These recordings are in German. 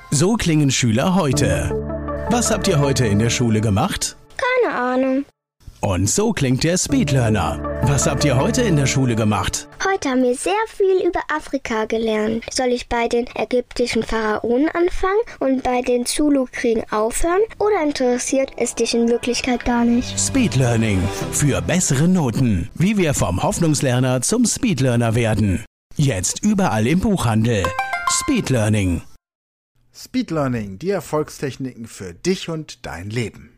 So klingen Schüler heute. Was habt ihr heute in der Schule gemacht? Keine Ahnung. Und so klingt der Speedlearner. Was habt ihr heute in der Schule gemacht? Heute haben wir sehr viel über Afrika gelernt. Soll ich bei den ägyptischen Pharaonen anfangen und bei den Zulu-Kriegen aufhören? Oder interessiert es dich in Wirklichkeit gar nicht? Speedlearning. Für bessere Noten. Wie wir vom Hoffnungslerner zum Speedlearner werden. Jetzt überall im Buchhandel. Speedlearning. Speedlearning, die Erfolgstechniken für dich und dein Leben.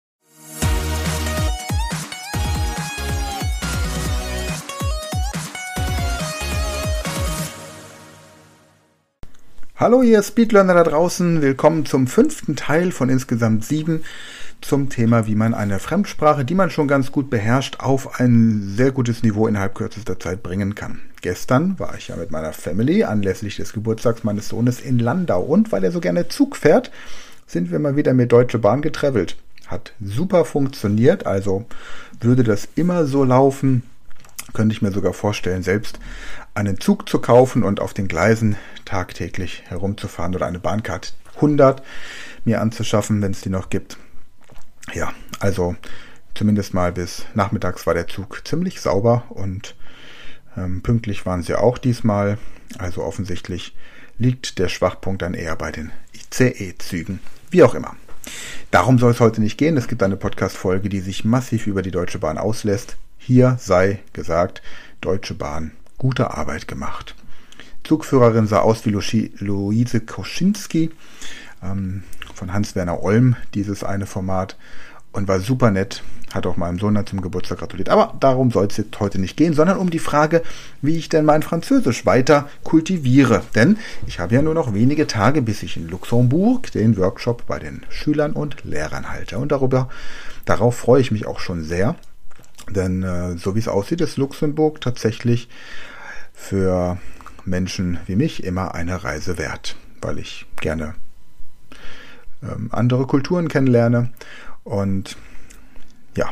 Hallo ihr Speedlearner da draußen, willkommen zum 5. Teil von insgesamt 7 zum Thema, wie man eine Fremdsprache, die man schon ganz gut beherrscht, auf ein sehr gutes Niveau innerhalb kürzester Zeit bringen kann. Gestern war ich ja mit meiner Family anlässlich des Geburtstags meines Sohnes in Landau und weil er so gerne Zug fährt, sind wir mal wieder mit Deutsche Bahn getravelt. Hat super funktioniert, also würde das immer so laufen, könnte ich mir sogar vorstellen, selbst einen Zug zu kaufen und auf den Gleisen tagtäglich herumzufahren oder eine Bahncard 100 mir anzuschaffen, wenn es die noch gibt. Ja, also zumindest mal bis nachmittags war der Zug ziemlich sauber und pünktlich waren sie auch diesmal. Also offensichtlich liegt der Schwachpunkt dann eher bei den ICE-Zügen. Wie auch immer. Darum soll es heute nicht gehen. Es gibt eine Podcast-Folge, die sich massiv über die Deutsche Bahn auslässt. Hier sei gesagt, Deutsche Bahn, gute Arbeit gemacht. Zugführerin sah aus wie Luise Koschinski von Hans-Werner Olm, dieses eine Format, und war super nett, hat auch meinem Sohn zum Geburtstag gratuliert. Aber darum soll es jetzt heute nicht gehen, sondern um die Frage, wie ich denn mein Französisch weiter kultiviere. Denn ich habe ja nur noch wenige Tage, bis ich in Luxemburg den Workshop bei den Schülern und Lehrern halte. Und darauf freue ich mich auch schon sehr. Denn so wie es aussieht, ist Luxemburg tatsächlich für Menschen wie mich immer eine Reise wert, weil ich gerne andere Kulturen kennenlerne. Und ja,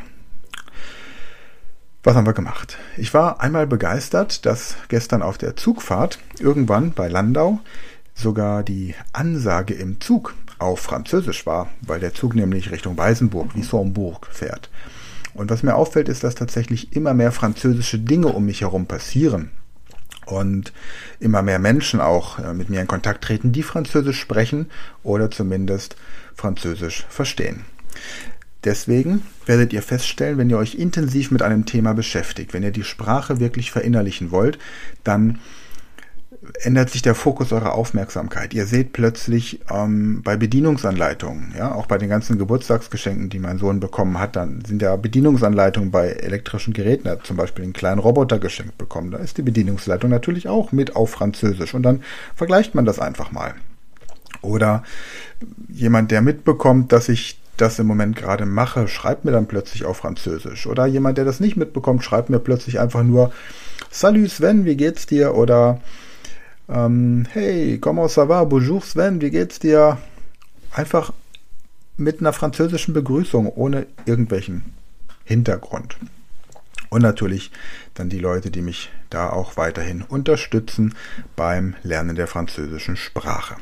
was haben wir gemacht? Ich war einmal begeistert, dass gestern auf der Zugfahrt irgendwann bei Landau sogar die Ansage im Zug auf Französisch war, weil der Zug nämlich Richtung Weißenburg, Wissembourg fährt. Und was mir auffällt, ist, dass tatsächlich immer mehr französische Dinge um mich herum passieren. Und immer mehr Menschen auch mit mir in Kontakt treten, die Französisch sprechen oder zumindest Französisch verstehen. Deswegen werdet ihr feststellen, wenn ihr euch intensiv mit einem Thema beschäftigt, wenn ihr die Sprache wirklich verinnerlichen wollt, dann ändert sich der Fokus eurer Aufmerksamkeit. Ihr seht plötzlich bei Bedienungsanleitungen, ja, auch bei den ganzen Geburtstagsgeschenken, die mein Sohn bekommen hat, dann sind ja Bedienungsanleitungen bei elektrischen Geräten. Er hat zum Beispiel einen kleinen Roboter geschenkt bekommen. Da ist die Bedienungsleitung natürlich auch mit auf Französisch und dann vergleicht man das einfach mal. Oder jemand, der mitbekommt, dass ich das im Moment gerade mache, schreibt mir dann plötzlich auf Französisch. Oder jemand, der das nicht mitbekommt, schreibt mir plötzlich einfach nur Salut Sven, wie geht's dir? Oder hey, comment ça va? Bonjour Sven, wie geht's dir? Einfach mit einer französischen Begrüßung, ohne irgendwelchen Hintergrund. Und natürlich dann die Leute, die mich da auch weiterhin unterstützen beim Lernen der französischen Sprache.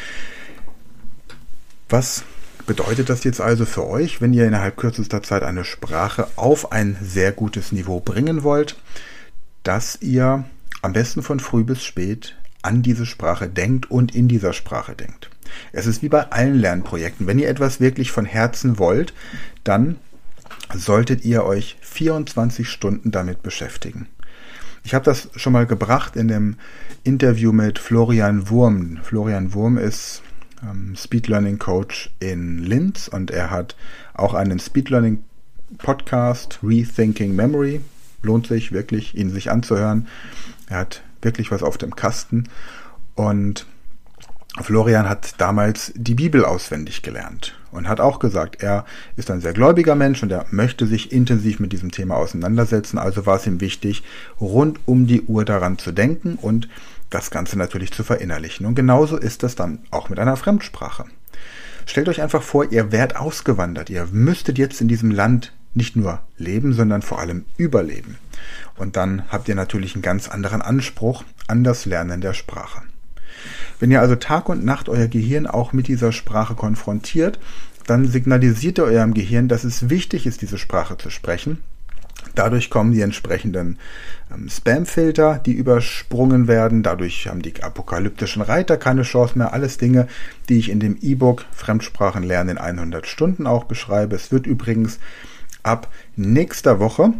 Was bedeutet das jetzt also für euch, wenn ihr innerhalb kürzester Zeit eine Sprache auf ein sehr gutes Niveau bringen wollt, dass ihr am besten von früh bis spät an diese Sprache denkt und in dieser Sprache denkt. Es ist wie bei allen Lernprojekten. Wenn ihr etwas wirklich von Herzen wollt, dann solltet ihr euch 24 Stunden damit beschäftigen. Ich habe das schon mal gebracht in dem Interview mit Florian Wurm. Florian Wurm ist Speedlearning Coach in Linz und er hat auch einen Speedlearning Podcast, Rethinking Memory. Lohnt sich wirklich, ihn sich anzuhören. Er hat wirklich was auf dem Kasten. Und Florian hat damals die Bibel auswendig gelernt und hat auch gesagt, er ist ein sehr gläubiger Mensch und er möchte sich intensiv mit diesem Thema auseinandersetzen. Also war es ihm wichtig, rund um die Uhr daran zu denken und das Ganze natürlich zu verinnerlichen. Und genauso ist das dann auch mit einer Fremdsprache. Stellt euch einfach vor, ihr wärt ausgewandert. Ihr müsstet jetzt in diesem Land nicht nur leben, sondern vor allem überleben. Und dann habt ihr natürlich einen ganz anderen Anspruch an das Lernen der Sprache. Wenn ihr also Tag und Nacht euer Gehirn auch mit dieser Sprache konfrontiert, dann signalisiert ihr eurem Gehirn, dass es wichtig ist, diese Sprache zu sprechen. Dadurch kommen die entsprechenden Spamfilter, die übersprungen werden. Dadurch haben die apokalyptischen Reiter keine Chance mehr. Alles Dinge, die ich in dem E-Book Fremdsprachen lernen in 100 Stunden auch beschreibe. Es wird übrigens ab nächster Woche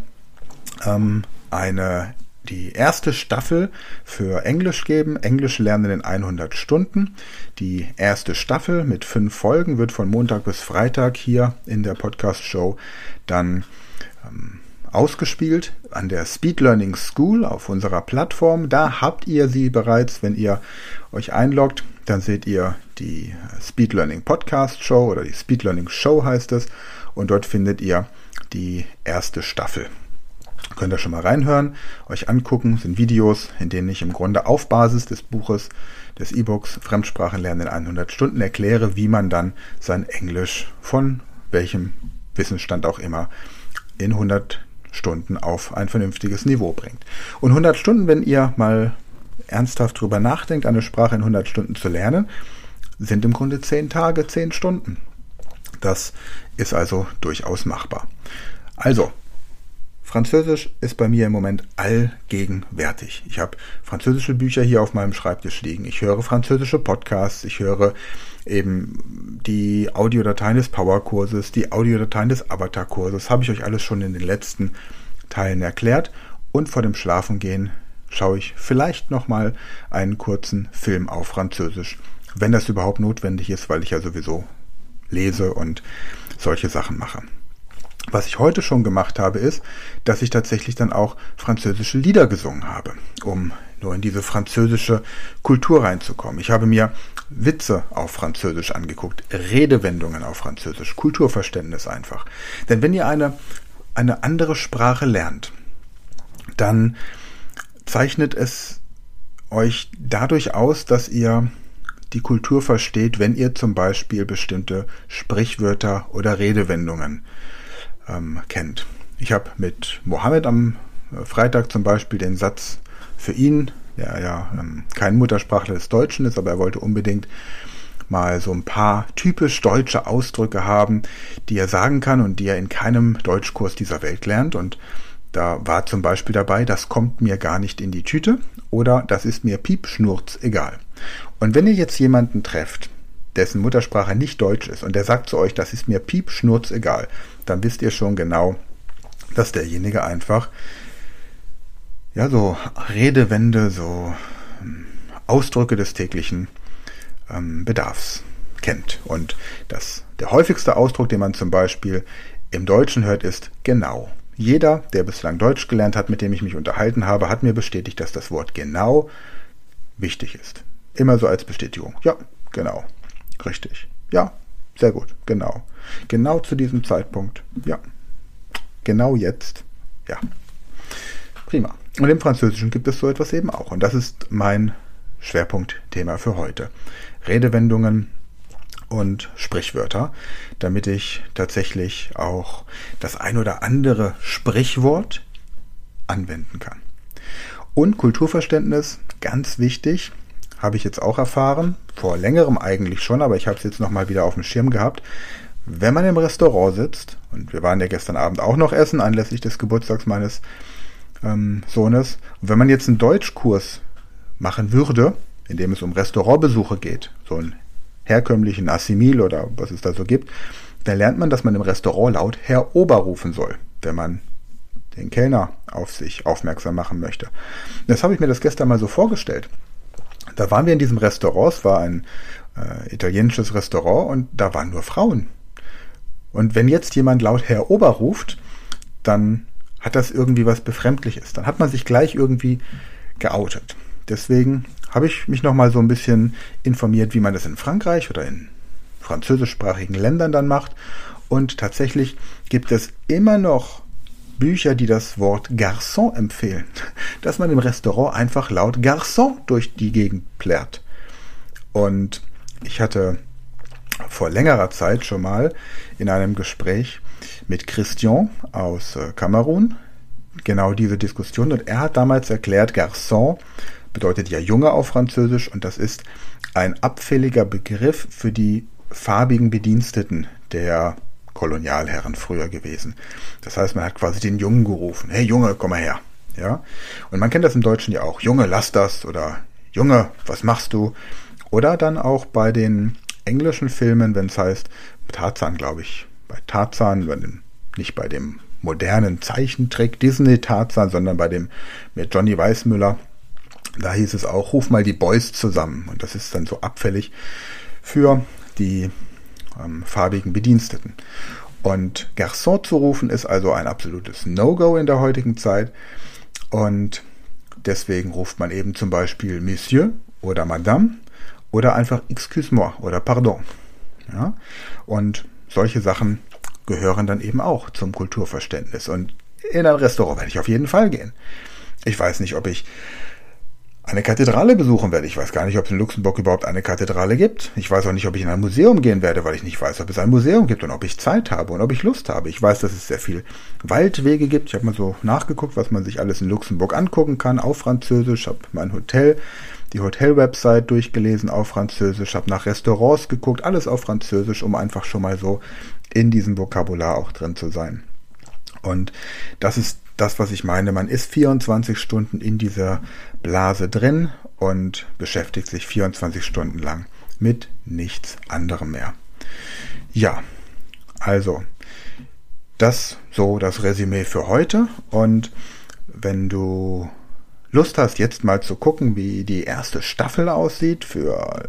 die erste Staffel für Englisch geben. Englisch lernen in 100 Stunden. Die erste Staffel mit 5 Folgen wird von Montag bis Freitag hier in der Podcast-Show dann ausgespielt an der Speed Learning School auf unserer Plattform. Da habt ihr sie bereits. Wenn ihr euch einloggt, dann seht ihr die Speed Learning Podcast Show oder die Speed Learning Show heißt es. Und dort findet ihr die erste Staffel. Könnt ihr schon mal reinhören, euch angucken. Das sind Videos, in denen ich im Grunde auf Basis des Buches, des E-Books Fremdsprachen lernen in 100 Stunden erkläre, wie man dann sein Englisch von welchem Wissensstand auch immer in 100 Stunden auf ein vernünftiges Niveau bringt. Und 100 Stunden, wenn ihr mal ernsthaft drüber nachdenkt, eine Sprache in 100 Stunden zu lernen, sind im Grunde 10 Tage, 10 Stunden. Das ist also durchaus machbar. Also, Französisch ist bei mir im Moment allgegenwärtig. Ich habe französische Bücher hier auf meinem Schreibtisch liegen. Ich höre französische Podcasts. Ich höre eben die Audiodateien des Powerkurses, die Audiodateien des Avatar-Kurses. Habe ich euch alles schon in den letzten Teilen erklärt. Und vor dem Schlafengehen schaue ich vielleicht nochmal einen kurzen Film auf Französisch, wenn das überhaupt notwendig ist, weil ich ja sowieso lese und solche Sachen mache. Was ich heute schon gemacht habe, ist, dass ich tatsächlich dann auch französische Lieder gesungen habe, um nur in diese französische Kultur reinzukommen. Ich habe mir Witze auf Französisch angeguckt, Redewendungen auf Französisch, Kulturverständnis einfach. Denn wenn ihr eine andere Sprache lernt, dann zeichnet es euch dadurch aus, dass ihr die Kultur versteht, wenn ihr zum Beispiel bestimmte Sprichwörter oder Redewendungen kennt. Ich habe mit Mohammed am Freitag zum Beispiel den Satz für ihn, der ja kein Muttersprachler des Deutschen ist, aber er wollte unbedingt mal so ein paar typisch deutsche Ausdrücke haben, die er sagen kann und die er in keinem Deutschkurs dieser Welt lernt. Und da war zum Beispiel dabei, das kommt mir gar nicht in die Tüte oder das ist mir piepschnurz egal. Und wenn ihr jetzt jemanden trefft, dessen Muttersprache nicht Deutsch ist und der sagt zu euch, das ist mir piepschnurz egal, dann wisst ihr schon genau, dass derjenige einfach so Redewände, so Ausdrücke des täglichen Bedarfs kennt. Und der häufigste Ausdruck, den man zum Beispiel im Deutschen hört, ist genau. Jeder, der bislang Deutsch gelernt hat, mit dem ich mich unterhalten habe, hat mir bestätigt, dass das Wort genau wichtig ist. Immer so als Bestätigung. Ja, genau. Richtig. Ja, sehr gut. Genau. Genau zu diesem Zeitpunkt. Ja. Genau jetzt. Ja. Prima. Und im Französischen gibt es so etwas eben auch. Und das ist mein Schwerpunktthema für heute. Redewendungen und Sprichwörter, damit ich tatsächlich auch das ein oder andere Sprichwort anwenden kann. Und Kulturverständnis, ganz wichtig, habe ich jetzt auch erfahren, vor längerem eigentlich schon, aber ich habe es jetzt nochmal wieder auf dem Schirm gehabt. Wenn man im Restaurant sitzt, und wir waren ja gestern Abend auch noch essen, anlässlich des Geburtstags meines Sohnes, und wenn man jetzt einen Deutschkurs machen würde, in dem es um Restaurantbesuche geht, so einen herkömmlichen Assimil oder was es da so gibt, dann lernt man, dass man im Restaurant laut Herr Ober rufen soll, wenn man den Kellner auf sich aufmerksam machen möchte. Das habe ich mir das gestern mal so vorgestellt. Da waren wir in diesem Restaurant, es war ein italienisches Restaurant und da waren nur Frauen. Und wenn jetzt jemand laut Herr Ober ruft, dann hat das irgendwie was Befremdliches. Dann hat man sich gleich irgendwie geoutet. Deswegen habe ich mich nochmal so ein bisschen informiert, wie man das in Frankreich oder in französischsprachigen Ländern dann macht. Und tatsächlich gibt es immer noch Bücher, die das Wort Garçon empfehlen. Dass man im Restaurant einfach laut Garçon durch die Gegend plärt. Und ich hatte vor längerer Zeit schon mal in einem Gespräch mit Christian aus Kamerun genau diese Diskussion. Und er hat damals erklärt, Garçon bedeutet ja Junge auf Französisch und das ist ein abfälliger Begriff für die farbigen Bediensteten der Kolonialherren früher gewesen. Das heißt, man hat quasi den Jungen gerufen. Hey Junge, komm mal her. Ja? Und man kennt das im Deutschen ja auch. Junge, lass das oder Junge, was machst du? Oder dann auch bei den englischen Filmen, wenn es heißt, Tarzan, glaube ich, bei Tarzan, nicht bei dem modernen Zeichentrick Disney Tarzan, sondern bei dem mit Johnny Weissmuller, da hieß es auch, ruf mal die Boys zusammen. Und das ist dann so abfällig für die farbigen Bediensteten. Und Garçon zu rufen ist also ein absolutes No-Go in der heutigen Zeit. Und deswegen ruft man eben zum Beispiel Monsieur oder Madame oder einfach Excuse-moi oder Pardon. Ja? Und solche Sachen gehören dann eben auch zum Kulturverständnis. Und in ein Restaurant werde ich auf jeden Fall gehen. Ich weiß nicht, ob ich eine Kathedrale besuchen werde. Ich weiß gar nicht, ob es in Luxemburg überhaupt eine Kathedrale gibt. Ich weiß auch nicht, ob ich in ein Museum gehen werde, weil ich nicht weiß, ob es ein Museum gibt und ob ich Zeit habe und ob ich Lust habe. Ich weiß, dass es sehr viel Waldwege gibt. Ich habe mal so nachgeguckt, was man sich alles in Luxemburg angucken kann, auf Französisch. Habe die Hotel-Website durchgelesen auf Französisch, habe nach Restaurants geguckt, alles auf Französisch, um einfach schon mal so in diesem Vokabular auch drin zu sein. Und das ist das, was ich meine. Man ist 24 Stunden in dieser Blase drin und beschäftigt sich 24 Stunden lang mit nichts anderem mehr. Ja, also das Resümee für heute. Und wenn du Lust hast, jetzt mal zu gucken, wie die erste Staffel aussieht für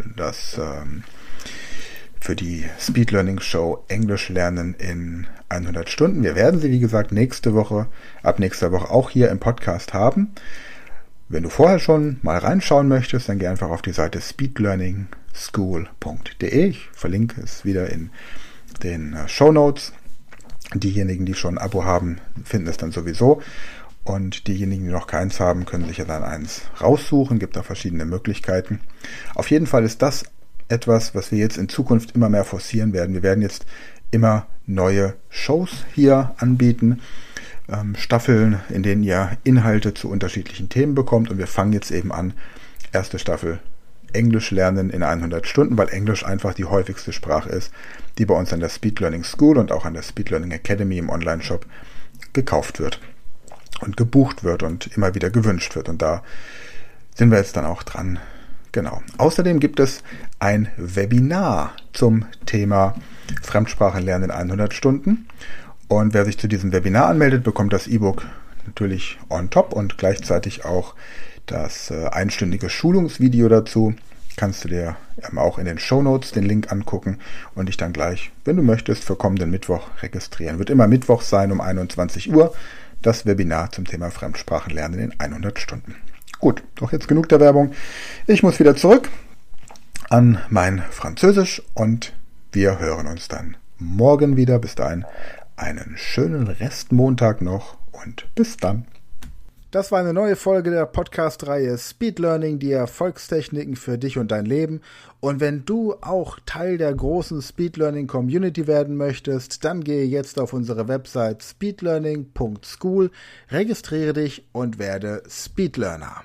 die Speed Learning Show Englisch lernen in 100 Stunden. Wir werden sie, wie gesagt, ab nächster Woche auch hier im Podcast haben. Wenn du vorher schon mal reinschauen möchtest, dann geh einfach auf die Seite speedlearningschool.de. Ich verlinke es wieder in den Shownotes. Diejenigen, die schon ein Abo haben, finden es dann sowieso. Und diejenigen, die noch keins haben, können sich ja dann eins raussuchen. Gibt da verschiedene Möglichkeiten. Auf jeden Fall ist das etwas, was wir jetzt in Zukunft immer mehr forcieren werden. Wir werden jetzt immer neue Shows hier anbieten, Staffeln, in denen ihr Inhalte zu unterschiedlichen Themen bekommt. Und wir fangen jetzt eben an, erste Staffel Englisch lernen in 100 Stunden, weil Englisch einfach die häufigste Sprache ist, die bei uns an der Speed Learning School und auch an der Speed Learning Academy im Online-Shop gekauft wird und gebucht wird und immer wieder gewünscht wird. Und da sind wir jetzt dann auch dran. Genau. Außerdem gibt es ein Webinar zum Thema Fremdsprachenlernen in 100 Stunden. Und wer sich zu diesem Webinar anmeldet, bekommt das E-Book natürlich on top und gleichzeitig auch das einstündige Schulungsvideo dazu. Kannst du dir auch in den Shownotes den Link angucken und dich dann gleich, wenn du möchtest, für kommenden Mittwoch registrieren. Wird immer Mittwoch sein um 21 Uhr, das Webinar zum Thema Fremdsprachenlernen in 100 Stunden. Gut, doch jetzt genug der Werbung. Ich muss wieder zurück an mein Französisch und wir hören uns dann morgen wieder. Bis dahin einen schönen Restmontag noch und bis dann. Das war eine neue Folge der Podcast-Reihe Speed Learning, die Erfolgstechniken für dich und dein Leben. Und wenn du auch Teil der großen Speed Learning Community werden möchtest, dann gehe jetzt auf unsere Website speedlearning.school, registriere dich und werde Speed Learner.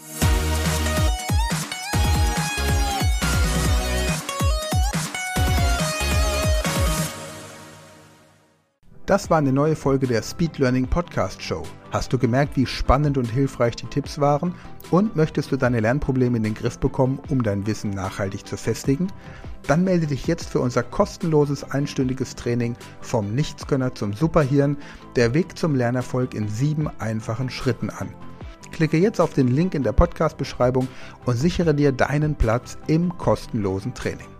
Das war eine neue Folge der Speed Learning Podcast Show. Hast du gemerkt, wie spannend und hilfreich die Tipps waren? Und möchtest du deine Lernprobleme in den Griff bekommen, um dein Wissen nachhaltig zu festigen? Dann melde dich jetzt für unser kostenloses einstündiges Training vom Nichtskönner zum Superhirn, der Weg zum Lernerfolg in 7 einfachen Schritten an. Klicke jetzt auf den Link in der Podcast-Beschreibung und sichere dir deinen Platz im kostenlosen Training.